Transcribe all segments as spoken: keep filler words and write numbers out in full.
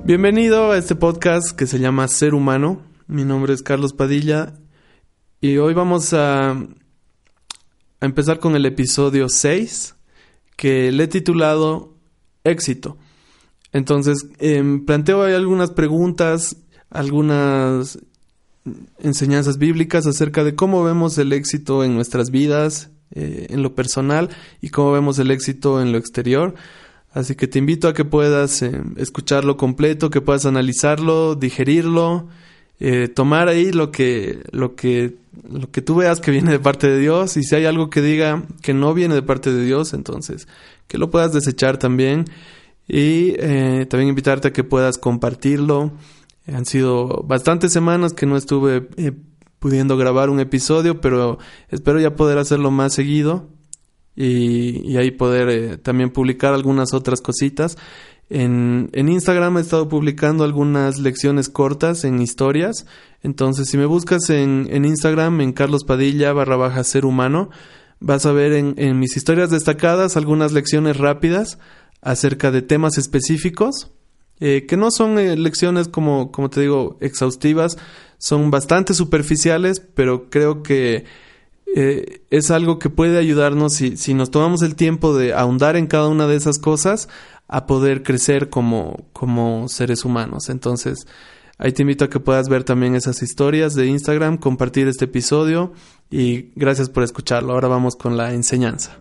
Bienvenido a este podcast que se llama Ser Humano. Mi nombre es Carlos Padilla y hoy vamos a, a empezar con el episodio seis que le he titulado Éxito. Entonces, eh, planteo ahí algunas preguntas, algunas enseñanzas bíblicas acerca de cómo vemos el éxito en nuestras vidas, eh, en lo personal, y cómo vemos el éxito en lo exterior. Así que te invito a que puedas eh, escucharlo completo, que puedas analizarlo, digerirlo, eh, tomar ahí lo que, lo que, lo que tú veas que viene de parte de Dios, y si hay algo que diga que no viene de parte de Dios, entonces que lo puedas desechar también, y eh, también invitarte a que puedas compartirlo. Han sido bastantes semanas que no estuve eh, pudiendo grabar un episodio, pero espero ya poder hacerlo más seguido. Y, y ahí poder eh, también publicar algunas otras cositas. En, en Instagram he estado publicando algunas lecciones cortas en historias. Entonces, si me buscas en, en Instagram, en Carlos Padilla barra baja ser humano, vas a ver en, en mis historias destacadas algunas lecciones rápidas acerca de temas específicos, eh, que no son eh, lecciones como, como te digo, exhaustivas, son bastante superficiales, pero creo que Eh, es algo que puede ayudarnos si, si nos tomamos el tiempo de ahondar en cada una de esas cosas a poder crecer como, como seres humanos. Entonces, ahí te invito a que puedas ver también esas historias de Instagram, compartir este episodio y gracias por escucharlo. Ahora vamos con la enseñanza.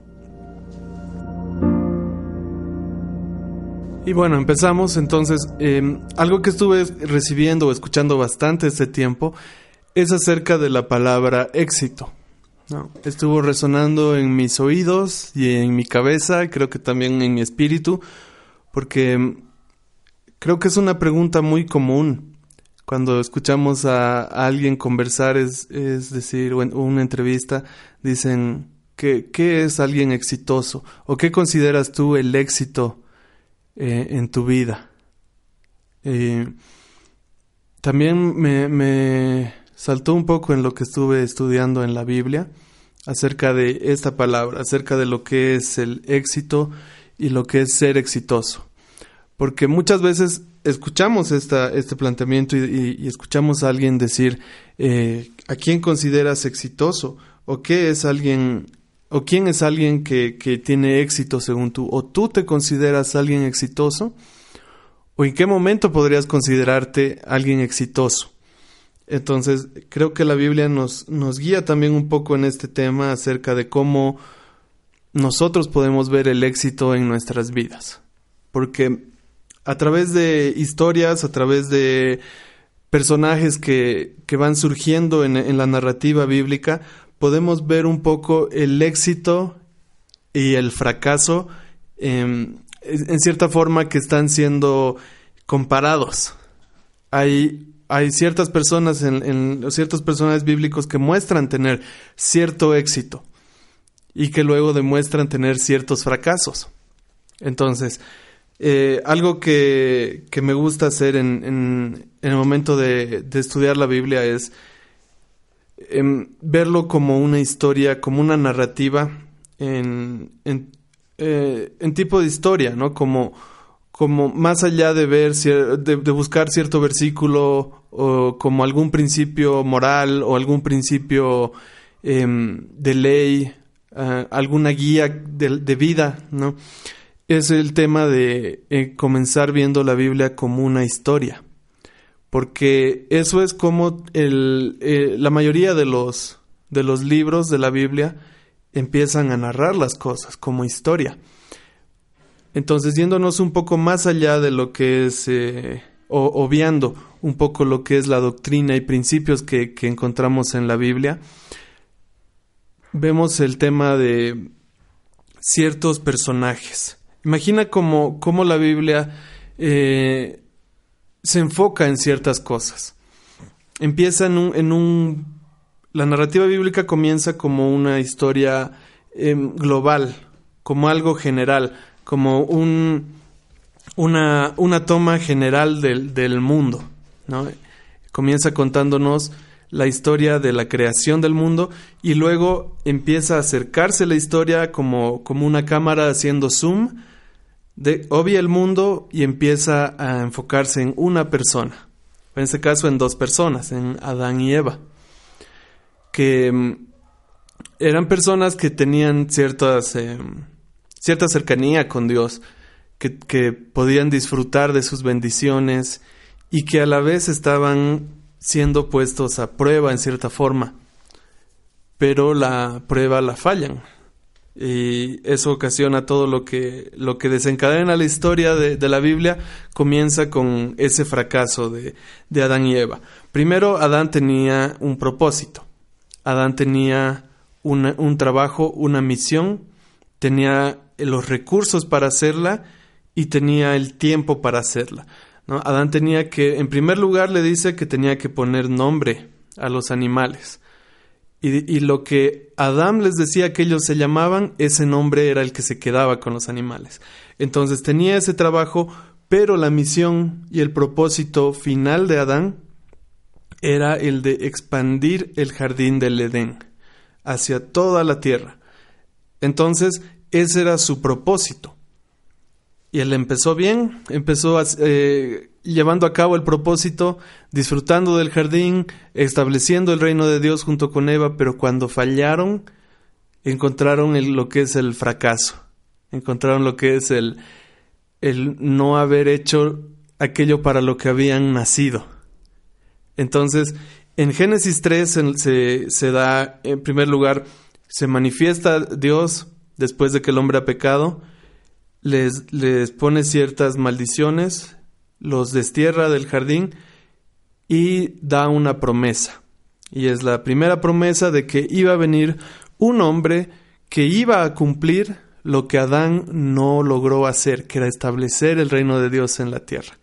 Y bueno, empezamos. Entonces, eh, algo que estuve recibiendo o escuchando bastante este tiempo es acerca de la palabra éxito. No, estuvo resonando en mis oídos y en mi cabeza, creo que también en mi espíritu, porque creo que es una pregunta muy común cuando escuchamos a, a alguien conversar, es, es decir, o en una entrevista, dicen, ¿qué, qué es alguien exitoso? ¿O qué consideras tú el éxito eh, en tu vida? Eh, también me... me saltó un poco en lo que estuve estudiando en la Biblia acerca de esta palabra, acerca de lo que es el éxito y lo que es ser exitoso. Porque muchas veces escuchamos esta, este planteamiento y, y, y escuchamos a alguien decir, eh, ¿a quién consideras exitoso? ¿O qué es alguien, o quién es alguien que, que tiene éxito según tú? ¿O tú te consideras alguien exitoso? ¿O en qué momento podrías considerarte alguien exitoso? Entonces, creo que la Biblia nos, nos guía también un poco en este tema acerca de cómo nosotros podemos ver el éxito en nuestras vidas. Porque a través de historias, a través de personajes que, que van surgiendo en, en la narrativa bíblica, podemos ver un poco el éxito y el fracaso eh, en cierta forma que están siendo comparados. Hay Hay ciertas personas, en, en ciertos personajes bíblicos que muestran tener cierto éxito y que luego demuestran tener ciertos fracasos. Entonces, eh, algo que, que me gusta hacer en, en, en el momento de, de estudiar la Biblia es eh, verlo como una historia, como una narrativa en, en, eh, en tipo de historia, ¿no? Como... como más allá de ver, de, de buscar cierto versículo o como algún principio moral o algún principio eh, de ley, uh, alguna guía de, de vida, ¿no? Es el tema de eh, comenzar viendo la Biblia como una historia, porque eso es como el, eh, la mayoría de los, de los libros de la Biblia empiezan a narrar las cosas como historia. Entonces, yéndonos un poco más allá de lo que es, eh, o, obviando un poco lo que es la doctrina y principios que, que encontramos en la Biblia, vemos el tema de ciertos personajes. Imagina cómo, cómo la Biblia eh, se enfoca en ciertas cosas. Empieza en un, en un... La narrativa bíblica comienza como una historia eh, global, como algo general, como un, una, una toma general del, del mundo, ¿no? Comienza contándonos la historia de la creación del mundo y luego empieza a acercarse la historia como, como una cámara haciendo zoom de, obvia el mundo y empieza a enfocarse en una persona. En este caso en dos personas, en Adán y Eva, que mm, eran personas que tenían ciertas, eh, cierta cercanía con Dios, que, que podían disfrutar de sus bendiciones y que a la vez estaban siendo puestos a prueba en cierta forma, pero la prueba la fallan. Y eso ocasiona todo lo que, lo que desencadena la historia de, de la Biblia. Comienza con ese fracaso de, de Adán y Eva. Primero, Adán tenía un propósito. Adán tenía una, un trabajo, una misión, tenía los recursos para hacerla y tenía el tiempo para hacerla, ¿no? Adán tenía que, en primer lugar, le dice que tenía que poner nombre a los animales. Y, y lo que Adán les decía que ellos se llamaban, ese nombre era el que se quedaba con los animales. Entonces tenía ese trabajo, pero la misión y el propósito final de Adán era el de expandir el jardín del Edén hacia toda la tierra. Entonces ese era su propósito. Y él empezó bien, empezó a, eh, llevando a cabo el propósito, disfrutando del jardín, estableciendo el reino de Dios junto con Eva, pero cuando fallaron, encontraron el, lo que es el fracaso, encontraron lo que es el, el no haber hecho aquello para lo que habían nacido. Entonces, en Génesis tres se, se, se da, en primer lugar, se manifiesta Dios después de que el hombre ha pecado. Les, les pone ciertas maldiciones, los destierra del jardín y da una promesa. Y es la primera promesa de que iba a venir un hombre que iba a cumplir lo que Adán no logró hacer, que era establecer el reino de Dios en la tierra.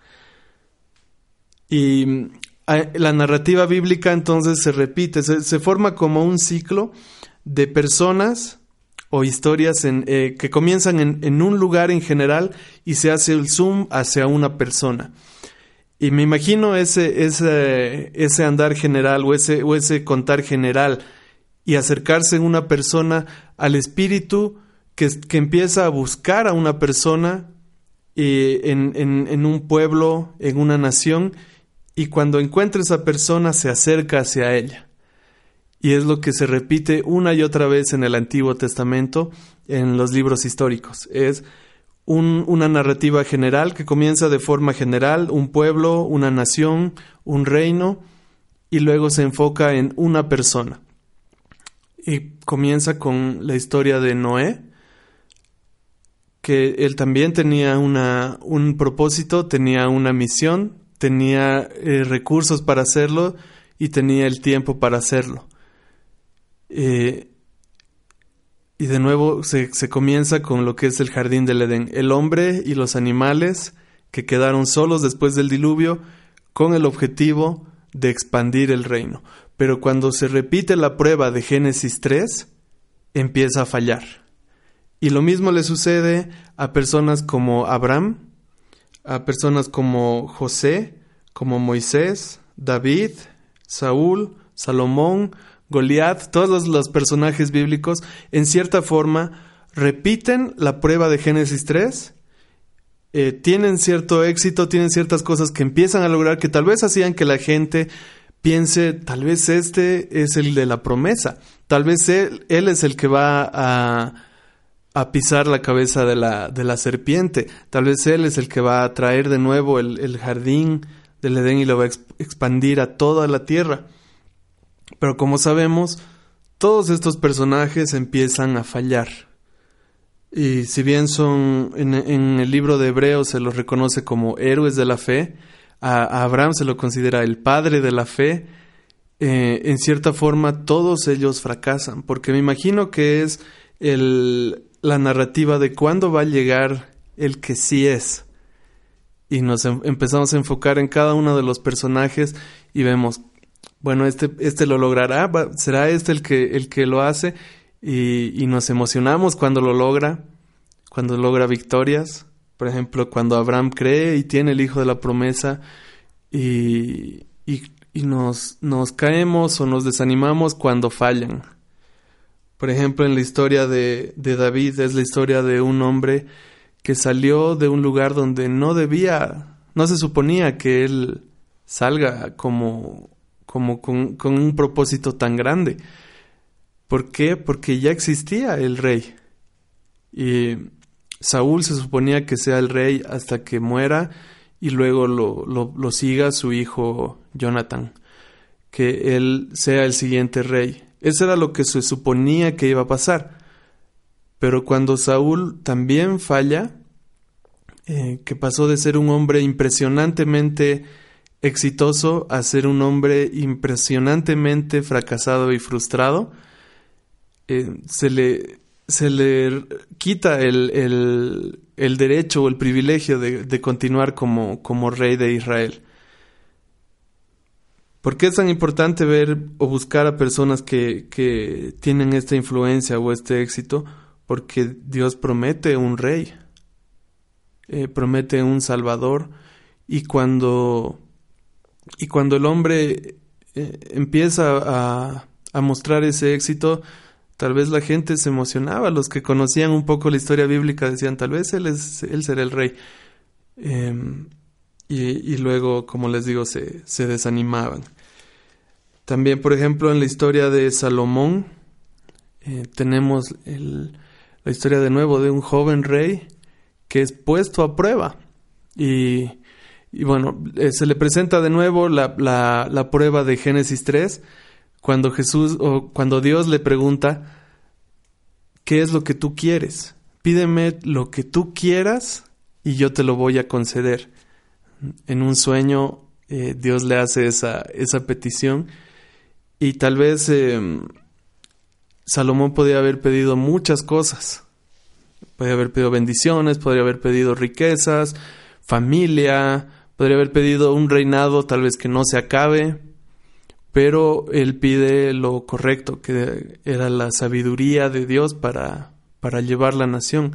Y la narrativa bíblica entonces se repite, se, se forma como un ciclo de personas o historias en, eh, que comienzan en, en un lugar en general y se hace el zoom hacia una persona. Y me imagino ese, ese, ese andar general o ese, o ese contar general y acercarse en una persona al espíritu que, que empieza a buscar a una persona eh, en, en, en un pueblo, en una nación, y cuando encuentra esa persona se acerca hacia ella. Y es lo que se repite una y otra vez en el Antiguo Testamento, en los libros históricos. Es un, una narrativa general que comienza de forma general, un pueblo, una nación, un reino, y luego se enfoca en una persona. Y comienza con la historia de Noé, que él también tenía una, un propósito, tenía una misión, tenía eh, recursos para hacerlo y tenía el tiempo para hacerlo. Eh, y de nuevo se, se comienza con lo que es el jardín del Edén, el hombre y los animales que quedaron solos después del diluvio con el objetivo de expandir el reino. Pero cuando se repite la prueba de Génesis tres, empieza a fallar. Y lo mismo le sucede a personas como Abraham, a personas como José, como Moisés, David, Saúl, Salomón, Goliat. Todos los, los personajes bíblicos en cierta forma repiten la prueba de Génesis tres, eh, tienen cierto éxito, tienen ciertas cosas que empiezan a lograr que tal vez hacían que la gente piense, tal vez este es el de la promesa, tal vez él, él es el que va a, a pisar la cabeza de la, de la serpiente, tal vez él es el que va a traer de nuevo el, el jardín del Edén y lo va a expandir a toda la tierra. Pero como sabemos, todos estos personajes empiezan a fallar. Y si bien son en, en el libro de Hebreos se los reconoce como héroes de la fe, a, a Abraham se lo considera el padre de la fe, eh, en cierta forma todos ellos fracasan, porque me imagino que es el, la narrativa de cuándo va a llegar el que sí es. Y nos em, empezamos a enfocar en cada uno de los personajes y vemos, bueno, este, este lo logrará, será este el que, el que lo hace, y, y nos emocionamos cuando lo logra, cuando logra victorias. Por ejemplo, cuando Abraham cree y tiene el hijo de la promesa, y, y, y nos, nos caemos o nos desanimamos cuando fallan. Por ejemplo, en la historia de, de David, es la historia de un hombre que salió de un lugar donde no debía, no se suponía que él salga como, como con, con un propósito tan grande. ¿Por qué? Porque ya existía el rey. Y Saúl se suponía que sea el rey hasta que muera y luego lo, lo, lo siga su hijo Jonathan, que él sea el siguiente rey. Eso era lo que se suponía que iba a pasar. Pero cuando Saúl también falla, eh, que pasó de ser un hombre impresionantemente exitoso a ser un hombre impresionantemente fracasado y frustrado, eh, se le, se le quita el, el, el derecho o el privilegio de, de continuar como, como rey de Israel. ¿Por qué es tan importante ver o buscar a personas que, que tienen esta influencia o este éxito? Porque Dios promete un rey, eh, promete un salvador, y cuando, y cuando el hombre eh, empieza a, a mostrar ese éxito, tal vez la gente se emocionaba. Los que conocían un poco la historia bíblica decían, tal vez él, es, él será el rey. Eh, y, y luego, como les digo, se, se desanimaban. También, por ejemplo, en la historia de Salomón, eh, tenemos el, la historia de nuevo de un joven rey que es puesto a prueba. Y, y bueno, eh, se le presenta de nuevo la, la, la prueba de Génesis tres, cuando Jesús o cuando Dios le pregunta, ¿qué es lo que tú quieres? Pídeme lo que tú quieras y yo te lo voy a conceder. En un sueño eh, Dios le hace esa, esa petición, y tal vez eh, Salomón podía haber pedido muchas cosas. Podría haber pedido bendiciones, podría haber pedido riquezas, familia, podría haber pedido un reinado tal vez que no se acabe, pero él pide lo correcto, que era la sabiduría de Dios para, para llevar la nación.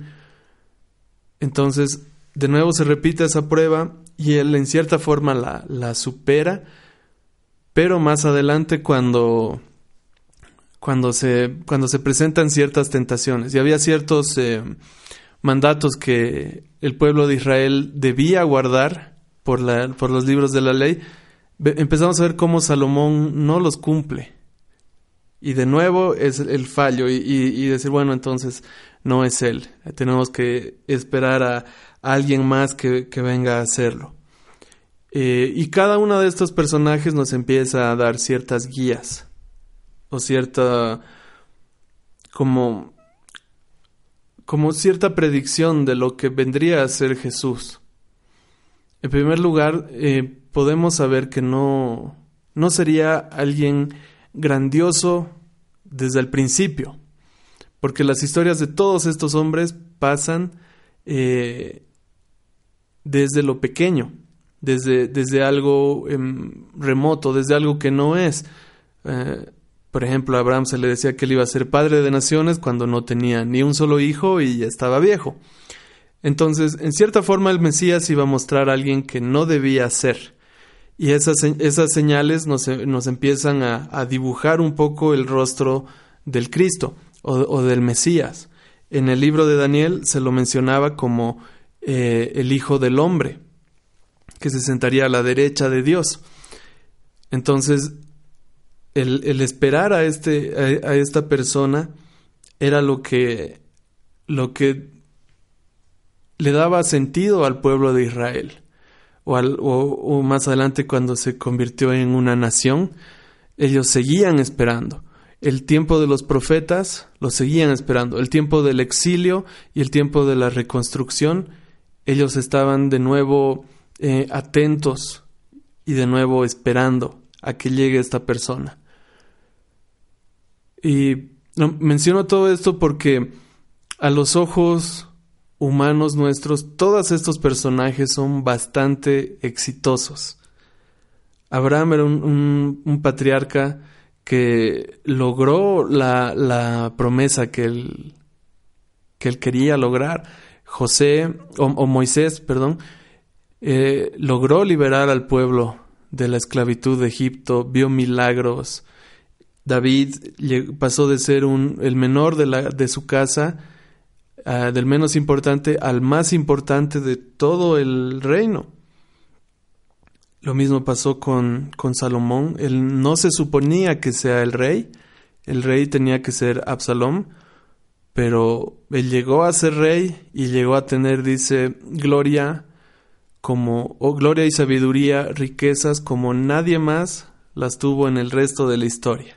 Entonces, de nuevo se repite esa prueba y él en cierta forma la, la supera, pero más adelante cuando, cuando, se, cuando se presentan ciertas tentaciones, y había ciertos eh, mandatos que el pueblo de Israel debía guardar por, la, por los libros de la ley, empezamos a ver cómo Salomón no los cumple. Y de nuevo es el fallo y, y, y decir, bueno, entonces no es él. Tenemos que esperar a, a alguien más que, que venga a hacerlo. Eh, y cada uno de estos personajes nos empieza a dar ciertas guías o cierta como, como cierta predicción de lo que vendría a ser Jesús. En primer lugar, eh, podemos saber que no, no sería alguien grandioso desde el principio, porque las historias de todos estos hombres pasan eh, desde lo pequeño, desde, desde algo eh, remoto, desde algo que no es. Eh, por ejemplo, a Abraham se le decía que él iba a ser padre de naciones cuando no tenía ni un solo hijo y ya estaba viejo. Entonces, en cierta forma, el Mesías iba a mostrar a alguien que no debía ser. Y esas, esas señales nos, nos empiezan a, a dibujar un poco el rostro del Cristo o, o del Mesías. En el libro de Daniel se lo mencionaba como eh, el Hijo del Hombre, que se sentaría a la derecha de Dios. Entonces, el, el esperar a, este, a, a esta persona era lo que, lo que le daba sentido al pueblo de Israel. O, al, o, o más adelante cuando se convirtió en una nación, ellos seguían esperando. El tiempo de los profetas lo seguían esperando. El tiempo del exilio y el tiempo de la reconstrucción, ellos estaban de nuevo eh, atentos y de nuevo esperando a que llegue esta persona. Y no, menciono todo esto porque a los ojos humanos nuestros, todos estos personajes son bastante exitosos. Abraham era un, un, un patriarca que logró la, la promesa que él, que él quería lograr. José, o, o Moisés, perdón, eh, logró liberar al pueblo de la esclavitud de Egipto, vio milagros. David pasó de ser un, el menor de, la, de su casa uh, del menos importante al más importante de todo el reino. Lo mismo pasó con, con Salomón. Él no se suponía que sea el rey. El rey tenía que ser Absalom, pero él llegó a ser rey y llegó a tener, dice, gloria como oh, gloria y sabiduría, riquezas como nadie más las tuvo en el resto de la historia.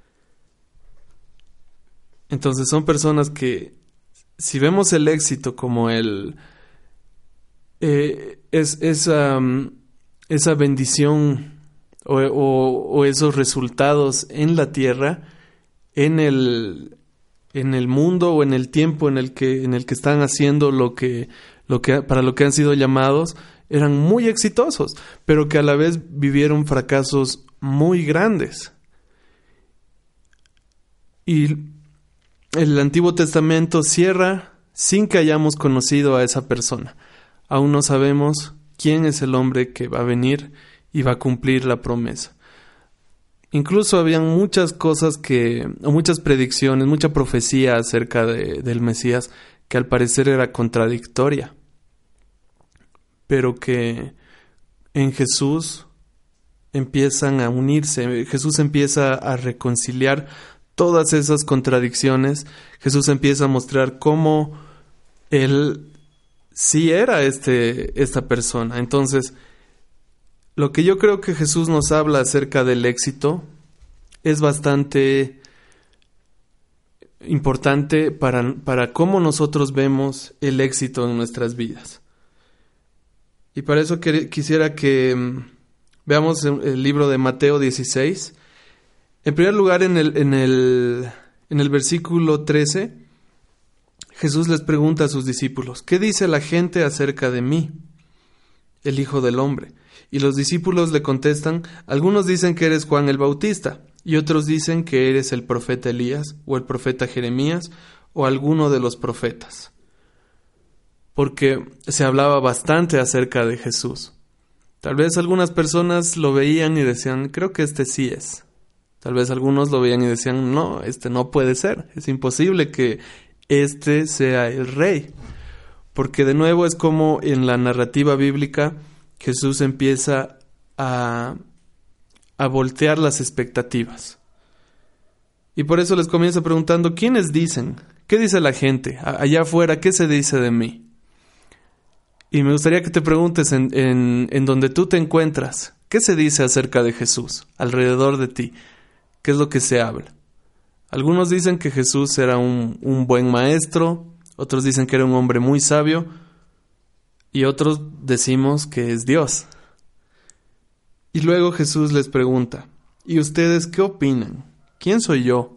Entonces son personas que, si vemos el éxito como el eh, es esa um, esa bendición o, o, o esos resultados en la tierra, en el en el mundo o en el tiempo en el que en el que están haciendo lo que lo que para lo que han sido llamados, eran muy exitosos, pero que a la vez vivieron fracasos muy grandes. Y el Antiguo Testamento cierra sin que hayamos conocido a esa persona. Aún no sabemos quién es el hombre que va a venir y va a cumplir la promesa. Incluso habían muchas cosas que, o muchas predicciones, mucha profecía acerca de, del Mesías que al parecer era contradictoria, pero que en Jesús empiezan a unirse. Jesús empieza a reconciliar todas esas contradicciones. Jesús empieza a mostrar cómo Él sí era este, esta persona. Entonces, lo que yo creo que Jesús nos habla acerca del éxito es bastante importante para, para cómo nosotros vemos el éxito en nuestras vidas. Y para eso que, quisiera que um, veamos el libro de Mateo dieciséis. En primer lugar, en el, en el, en el versículo trece, Jesús les pregunta a sus discípulos: ¿qué dice la gente acerca de mí, el Hijo del Hombre? Y los discípulos le contestan: algunos dicen que eres Juan el Bautista, y otros dicen que eres el profeta Elías, o el profeta Jeremías, o alguno de los profetas. Porque se hablaba bastante acerca de Jesús. Tal vez algunas personas lo veían y decían: creo que este sí es. Tal vez algunos lo veían y decían: no, este no puede ser. Es imposible que este sea el rey. Porque de nuevo es como en la narrativa bíblica Jesús empieza a, a voltear las expectativas. Y por eso les comienza preguntando: ¿quiénes dicen? ¿Qué dice la gente? Allá afuera, ¿qué se dice de mí? Y me gustaría que te preguntes en, en, en donde tú te encuentras, ¿qué se dice acerca de Jesús alrededor de ti? ¿Qué es lo que se habla? Algunos dicen que Jesús era un, un buen maestro, otros dicen que era un hombre muy sabio, y otros decimos que es Dios. Y luego Jesús les pregunta: ¿y ustedes qué opinan? ¿Quién soy yo?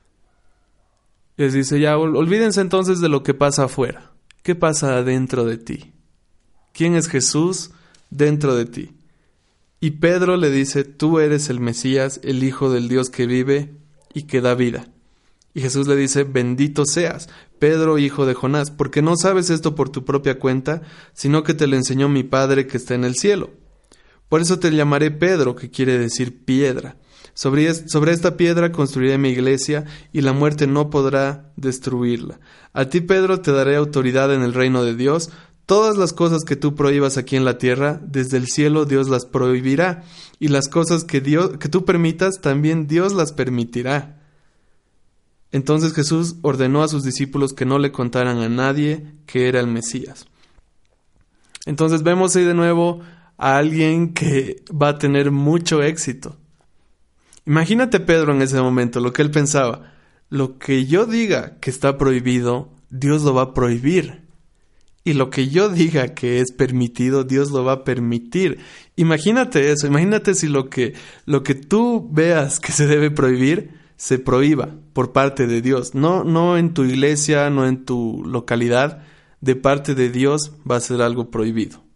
Les dice: ya, olvídense entonces de lo que pasa afuera. ¿Qué pasa adentro de ti? ¿Quién es Jesús dentro de ti? Y Pedro le dice: tú eres el Mesías, el Hijo del Dios que vive y que da vida. Y Jesús le dice: bendito seas, Pedro, hijo de Jonás, porque no sabes esto por tu propia cuenta, sino que te lo enseñó mi Padre que está en el cielo. Por eso te llamaré Pedro, que quiere decir piedra. Sobre, es, sobre esta piedra construiré mi iglesia, y la muerte no podrá destruirla. A ti, Pedro, te daré autoridad en el reino de Dios. Todas las cosas que tú prohíbas aquí en la tierra, desde el cielo Dios las prohibirá, y las cosas que, Dios, que tú permitas, también Dios las permitirá. Entonces Jesús ordenó a sus discípulos que no le contaran a nadie que era el Mesías. Entonces vemos ahí de nuevo a alguien que va a tener mucho éxito. Imagínate Pedro en ese momento, lo que él pensaba: lo que yo diga que está prohibido, Dios lo va a prohibir. Y lo que yo diga que es permitido, Dios lo va a permitir. Imagínate eso, imagínate si lo que, lo que tú veas que se debe prohibir, se prohíba por parte de Dios. No, no en tu iglesia, no en tu localidad, de parte de Dios va a ser algo prohibido.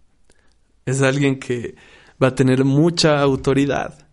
Es alguien que va a tener mucha autoridad.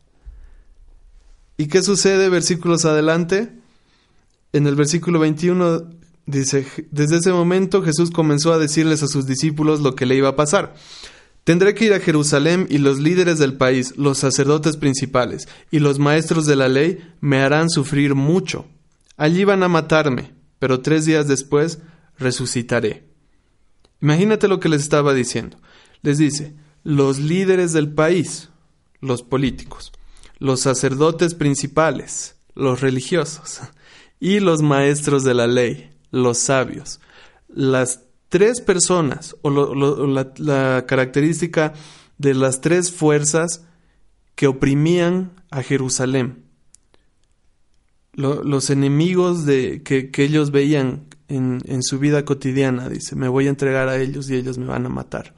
¿Y qué sucede versículos adelante? En el versículo veintiuno dice: desde ese momento Jesús comenzó a decirles a sus discípulos lo que le iba a pasar. Tendré que ir a Jerusalén, y los líderes del país, los sacerdotes principales y los maestros de la ley me harán sufrir mucho. Allí van a matarme, pero tres días después resucitaré. Imagínate lo que les estaba diciendo. Les dice, los líderes del país, los políticos, los sacerdotes principales, los religiosos, y los maestros de la ley, los sabios, las tres personas, o lo, lo, la, la característica de las tres fuerzas que oprimían a Jerusalén. Lo, los enemigos de, que, que ellos veían en, en su vida cotidiana, dice, me voy a entregar a ellos y ellos me van a matar.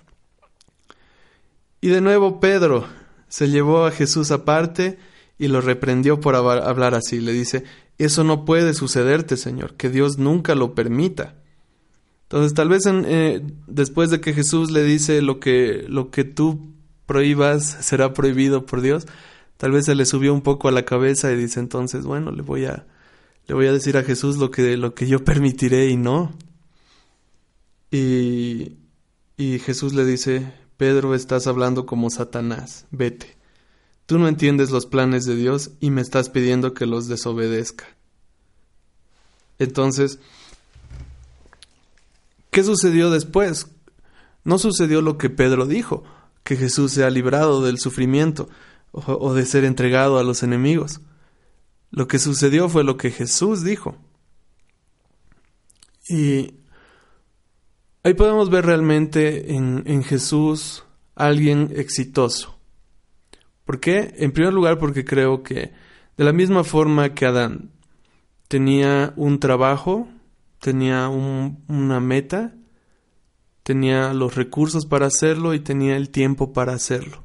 Y de nuevo Pedro se llevó a Jesús aparte y lo reprendió por hablar así. Le dice, eso no puede sucederte, Señor, que Dios nunca lo permita. Entonces, tal vez en, eh, después de que Jesús le dice lo que, lo que tú prohíbas será prohibido por Dios, tal vez se le subió un poco a la cabeza y dice, entonces, bueno, le voy a, le voy a decir a Jesús lo que, lo que yo permitiré y no. Y, y Jesús le dice, Pedro, estás hablando como Satanás, vete. Tú no entiendes los planes de Dios y me estás pidiendo que los desobedezca. Entonces, ¿qué sucedió después? No sucedió lo que Pedro dijo, que Jesús se ha librado del sufrimiento o, o de ser entregado a los enemigos. Lo que sucedió fue lo que Jesús dijo. Y ahí podemos ver realmente en, en Jesús alguien exitoso. ¿Por qué? En primer lugar, porque creo que de la misma forma que Adán tenía un trabajo, tenía un, una meta, tenía los recursos para hacerlo y tenía el tiempo para hacerlo.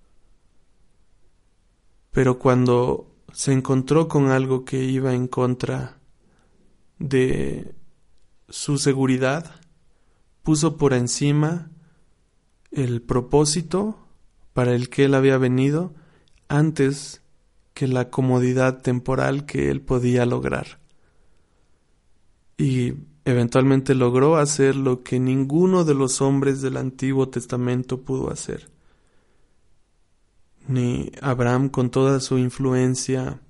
Pero cuando se encontró con algo que iba en contra de su seguridad, puso por encima el propósito para el que él había venido antes que la comodidad temporal que él podía lograr. Y eventualmente logró hacer lo que ninguno de los hombres del Antiguo Testamento pudo hacer. Ni Abraham con toda su influencia,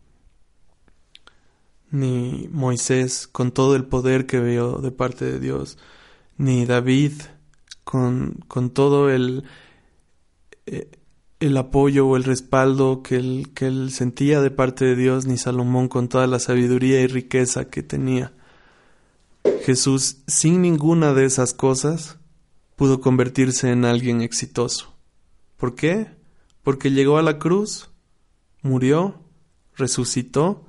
ni Moisés con todo el poder que vio de parte de Dios, ni David con, con todo el, el apoyo o el respaldo que él, que él sentía de parte de Dios, ni Salomón con toda la sabiduría y riqueza que tenía. Jesús, sin ninguna de esas cosas, pudo convertirse en alguien exitoso. ¿Por qué? Porque llegó a la cruz, murió, resucitó,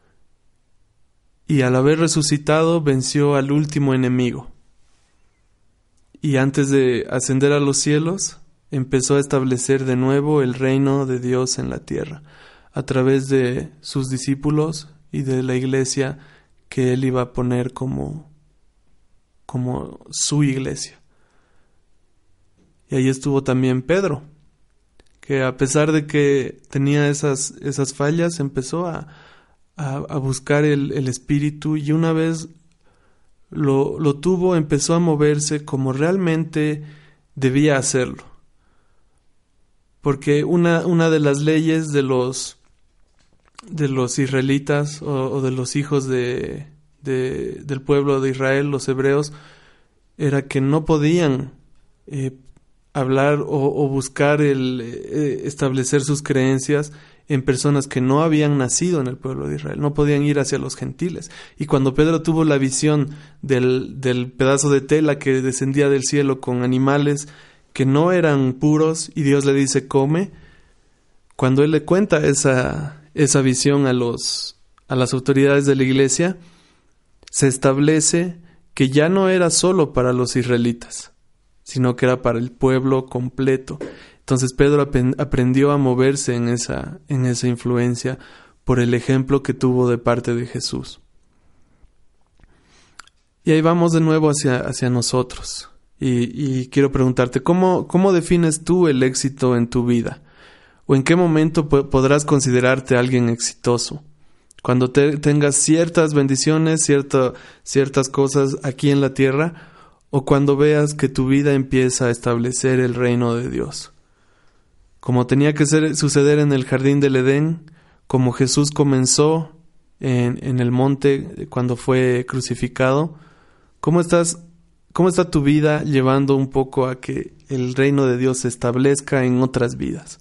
y al haber resucitado venció al último enemigo. Y antes de ascender a los cielos, empezó a establecer de nuevo el reino de Dios en la tierra, a través de sus discípulos y de la iglesia que él iba a poner como, como su iglesia. Y ahí estuvo también Pedro, que a pesar de que tenía esas, esas fallas, empezó a, a, a buscar el, el Espíritu, y una vez lo, lo tuvo, empezó a moverse como realmente debía hacerlo. Porque una, una de las leyes de los, de los israelitas o, o de los hijos de, de, del pueblo de Israel, los hebreos, era que no podían eh, hablar o, o buscar el eh, establecer sus creencias en personas que no habían nacido en el pueblo de Israel. No podían ir hacia los gentiles. Y cuando Pedro tuvo la visión del, del pedazo de tela que descendía del cielo con animales que no eran puros, y Dios le dice, come, cuando él le cuenta esa, esa visión a, los, a las autoridades de la iglesia, se establece que ya no era solo para los israelitas, sino que era para el pueblo completo. Entonces Pedro ap- aprendió a moverse en esa, en esa influencia por el ejemplo que tuvo de parte de Jesús. Y ahí vamos de nuevo hacia, hacia nosotros. Y, y quiero preguntarte, ¿cómo, ¿cómo defines tú el éxito en tu vida? ¿O en qué momento po- podrás considerarte alguien exitoso? Cuando te, tengas ciertas bendiciones, cierta, ciertas cosas aquí en la tierra, o cuando veas que tu vida empieza a establecer el reino de Dios. Como tenía que ser, suceder en el jardín del Edén, como Jesús comenzó en, en el monte cuando fue crucificado, ¿Cómo estás, cómo está tu vida llevando un poco a que el reino de Dios se establezca en otras vidas?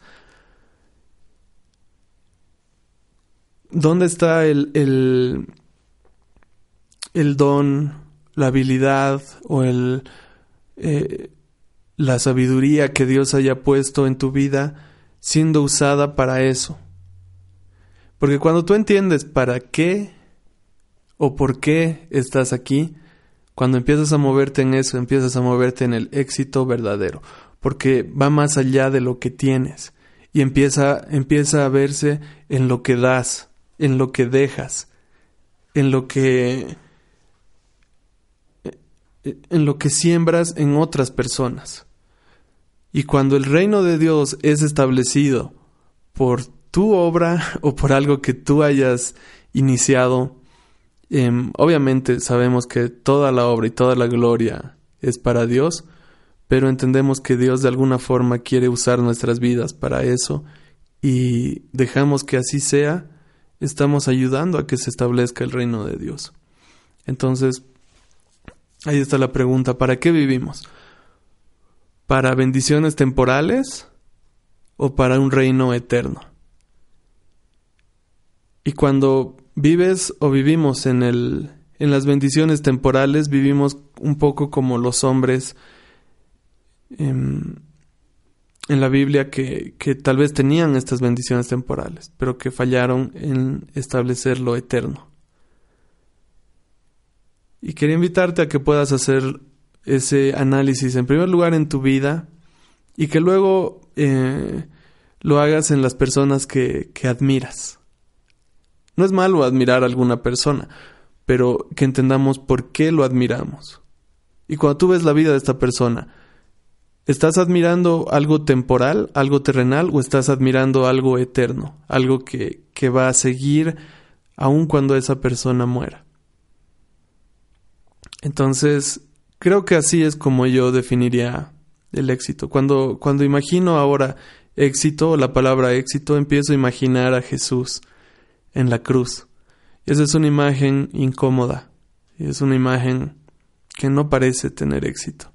¿Dónde está el, el, el don, la habilidad o el, eh, la sabiduría que Dios haya puesto en tu vida siendo usada para eso? Porque cuando tú entiendes para qué o por qué estás aquí, cuando empiezas a moverte en eso, empiezas a moverte en el éxito verdadero, porque va más allá de lo que tienes y empieza, empieza a verse en lo que das, en lo que dejas, en lo que, en lo que siembras en otras personas. Y cuando el reino de Dios es establecido por tu obra o por algo que tú hayas iniciado, eh, obviamente sabemos que toda la obra y toda la gloria es para Dios, pero entendemos que Dios de alguna forma quiere usar nuestras vidas para eso y dejamos que así sea, estamos ayudando a que se establezca el reino de Dios. Entonces, ahí está la pregunta, ¿para qué vivimos? ¿Para bendiciones temporales o para un reino eterno? Y cuando vives o vivimos en el, en las bendiciones temporales, vivimos un poco como los hombres en, en la Biblia que, que tal vez tenían estas bendiciones temporales, pero que fallaron en establecer lo eterno. Y quería invitarte a que puedas hacer ese análisis en primer lugar en tu vida y que luego eh, lo hagas en las personas que, que admiras. No es malo admirar a alguna persona, pero que entendamos por qué lo admiramos. Y cuando tú ves la vida de esta persona, ¿estás admirando algo temporal, algo terrenal, o estás admirando algo eterno? Algo que, que va a seguir aun cuando esa persona muera. Entonces, creo que así es como yo definiría el éxito. Cuando, cuando imagino ahora éxito, o la palabra éxito, empiezo a imaginar a Jesús en la cruz. Y esa es una imagen incómoda. Y es una imagen que no parece tener éxito.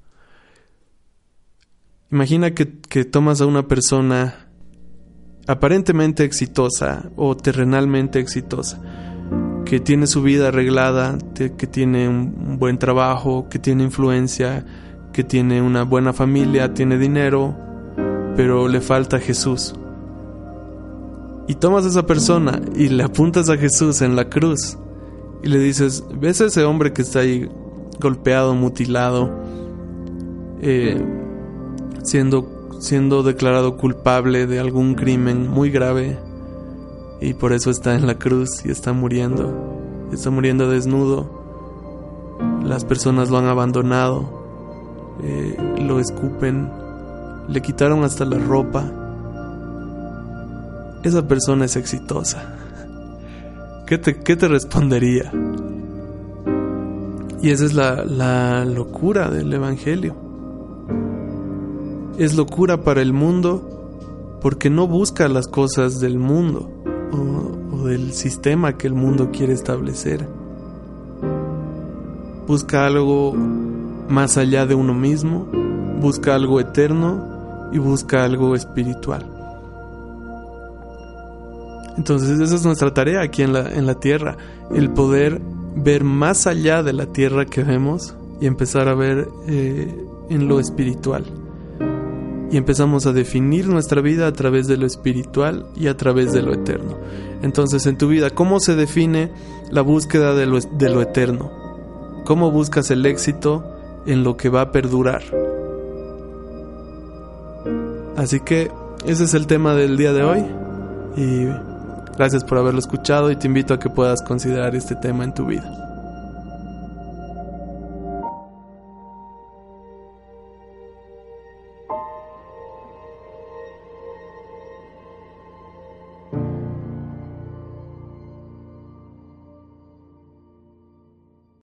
Imagina que, que tomas a una persona aparentemente exitosa o terrenalmente exitosa, que tiene su vida arreglada, te, que tiene un buen trabajo, que tiene influencia, que tiene una buena familia, tiene dinero, pero le falta Jesús. Y tomas a esa persona y le apuntas a Jesús en la cruz y le dices, ¿ves a ese hombre que está ahí golpeado, mutilado, eh, siendo, siendo declarado culpable de algún crimen muy grave? Y por eso está en la cruz y está muriendo. Está muriendo desnudo. Las personas lo han abandonado. Eh, lo escupen. Le quitaron hasta la ropa. Esa persona es exitosa. ¿Qué te, qué te respondería? Y esa es la, la locura del Evangelio. Es locura para el mundo porque no busca las cosas del mundo o, o del sistema que el mundo quiere establecer. Busca algo más allá de uno mismo, busca algo eterno y busca algo espiritual. Entonces esa es nuestra tarea aquí en la, en la tierra, el poder ver más allá de la tierra que vemos y empezar a ver eh, en lo espiritual. Y empezamos a definir nuestra vida a través de lo espiritual y a través de lo eterno. Entonces en tu vida, ¿cómo se define la búsqueda de lo, de lo eterno? ¿Cómo buscas el éxito en lo que va a perdurar? Así que ese es el tema del día de hoy. Y gracias por haberlo escuchado y te invito a que puedas considerar este tema en tu vida.